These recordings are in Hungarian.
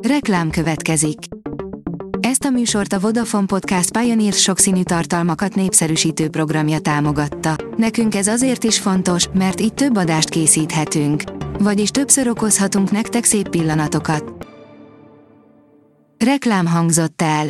Reklám következik. Ezt a műsort a Vodafone Podcast Pioneer sokszínű tartalmakat népszerűsítő programja támogatta. Nekünk ez azért is fontos, mert így több adást készíthetünk. Vagyis többször okozhatunk nektek szép pillanatokat. Reklám hangzott el.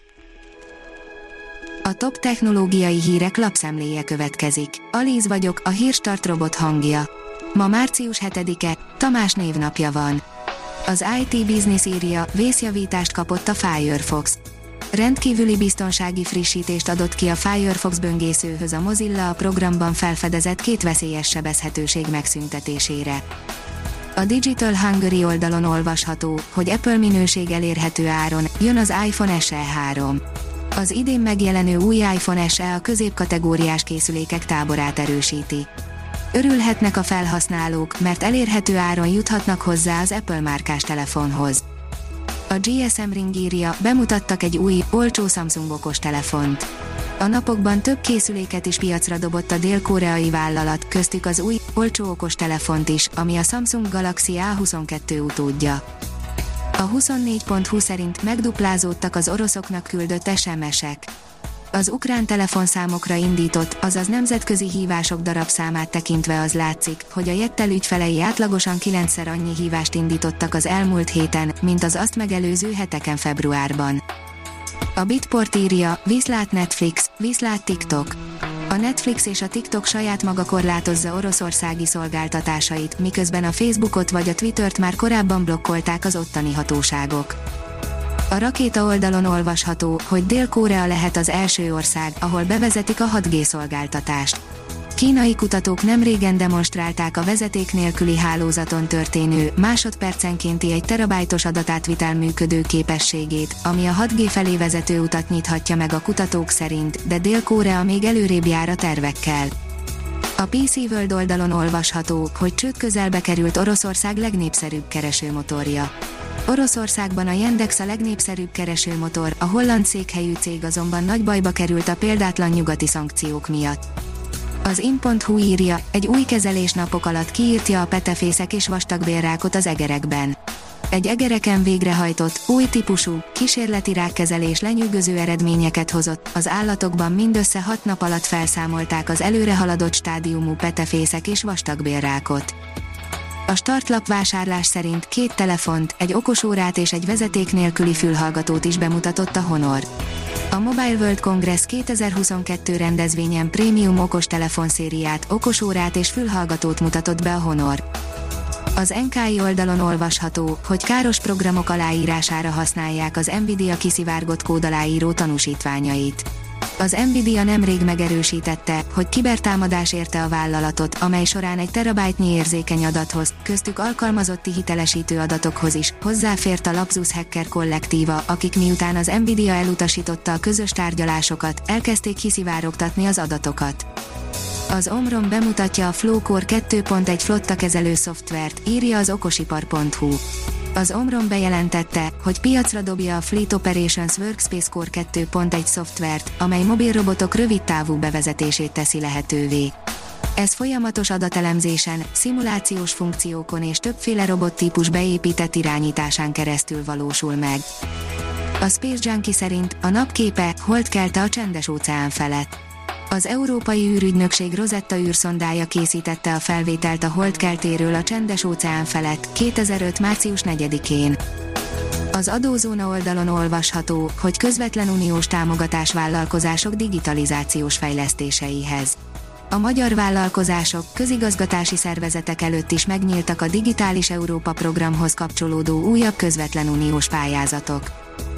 A top technológiai hírek lapszemléje következik. Alíz vagyok, a Hírstart robot hangja. Ma március 7-e, Tamás névnapja van. Az IT Business írja, vészjavítást kapott a Firefox. Rendkívüli biztonsági frissítést adott ki a Firefox böngészőhöz a Mozilla a programban felfedezett két veszélyes sebezhetőség megszüntetésére. A Digital Hungary oldalon olvasható, hogy Apple minőség elérhető áron, jön az iPhone SE 3. Az idén megjelenő új iPhone SE a középkategóriás készülékek táborát erősíti. Örülhetnek a felhasználók, mert elérhető áron juthatnak hozzá az Apple márkás telefonhoz. A GSM Ring írja, bemutattak egy új, olcsó Samsung okostelefont. A napokban több készüléket is piacra dobott a dél-koreai vállalat, köztük az új, olcsó okostelefont is, ami a Samsung Galaxy A22 utódja. A 24.hu szerint megduplázódtak az oroszoknak küldött SMS-ek. Az ukrán telefonszámokra indított, azaz nemzetközi hívások darabszámát tekintve az látszik, hogy a Yettel ügyfelei átlagosan 9-szer annyi hívást indítottak az elmúlt héten, mint az azt megelőző heteken februárban. A Bitport írja, viszlát Netflix, viszlát TikTok. A Netflix és a TikTok saját maga korlátozza oroszországi szolgáltatásait, miközben a Facebookot vagy a Twittert már korábban blokkolták az ottani hatóságok. A Rakéta oldalon olvasható, hogy Dél-Korea lehet az első ország, ahol bevezetik a 6G szolgáltatást. Kínai kutatók nemrégen demonstrálták a vezeték nélküli hálózaton történő, másodpercenkénti 1 terabájtos adatátvitel működő képességét, ami a 6G felé vezető utat nyithatja meg a kutatók szerint, de Dél-Korea még előrébb jár a tervekkel. A PC World oldalon olvasható, hogy csőd közelbe került Oroszország legnépszerűbb keresőmotorja. Oroszországban a Yandex a legnépszerűbb keresőmotor, a holland székhelyű cég azonban nagy bajba került a példátlan nyugati szankciók miatt. Az in.hu írja, egy új kezelés napok alatt kiírtja a petefészek és vastagbélrákot az egerekben. Egy egereken végrehajtott, új típusú, kísérleti rákkezelés lenyűgöző eredményeket hozott, az állatokban mindössze 6 nap alatt felszámolták az előrehaladott stádiumú petefészek és vastagbélrákot. A startlap vásárlás szerint 2 telefont, egy okosórát és egy vezeték nélküli fülhallgatót is bemutatott a Honor. A Mobile World Congress 2022 rendezvényen prémium okostelefonszériát, okosórát és fülhallgatót mutatott be a Honor. Az NKI oldalon olvasható, hogy káros programok aláírására használják az Nvidia kiszivárgott kódaláíró tanúsítványait. Az Nvidia nemrég megerősítette, hogy kibertámadás érte a vállalatot, amely során 1 terabájtnyi érzékeny adathoz, köztük alkalmazotti hitelesítő adatokhoz is, hozzáfért a Lapsus Hacker kollektíva, akik miután az Nvidia elutasította a közös tárgyalásokat, elkezdték kiszivárogtatni az adatokat. Az Omron bemutatja a Flowcore 2.1 flottakezelő szoftvert, írja az okosipar.hu. Az Omron bejelentette, hogy piacra dobja a Fleet Operations Workspace Core 2.1 szoftvert, amely mobilrobotok rövidtávú bevezetését teszi lehetővé. Ez folyamatos adatelemzésen, szimulációs funkciókon és többféle robottípus beépített irányításán keresztül valósul meg. A Space Junkie szerint a napképe holdkelte a Csendes-óceán felett. Az Európai űrügynökség Rosetta űrszondája készítette a felvételt a holdkeltéről a Csendes-óceán felett 2005. március 4-én. Az Adózóna oldalon olvasható, hogy közvetlen uniós támogatás vállalkozások digitalizációs fejlesztéseihez. A magyar vállalkozások, közigazgatási szervezetek előtt is megnyíltak a Digitális Európa programhoz kapcsolódó újabb közvetlen uniós pályázatok.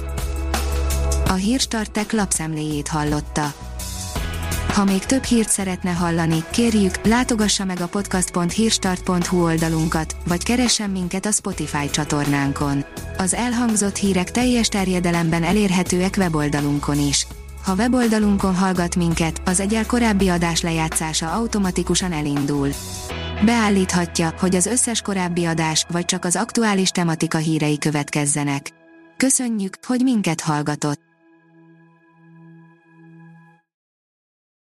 A Hírstart Tech lapszemléjét hallotta. Ha még több hírt szeretne hallani, kérjük, látogassa meg a podcast.hírstart.hu oldalunkat, vagy keressen minket a Spotify csatornánkon. Az elhangzott hírek teljes terjedelemben elérhetőek weboldalunkon is. Ha weboldalunkon hallgat minket, az egyel korábbi adás lejátszása automatikusan elindul. Beállíthatja, hogy az összes korábbi adás, vagy csak az aktuális tematika hírei következzenek. Köszönjük, hogy minket hallgatott!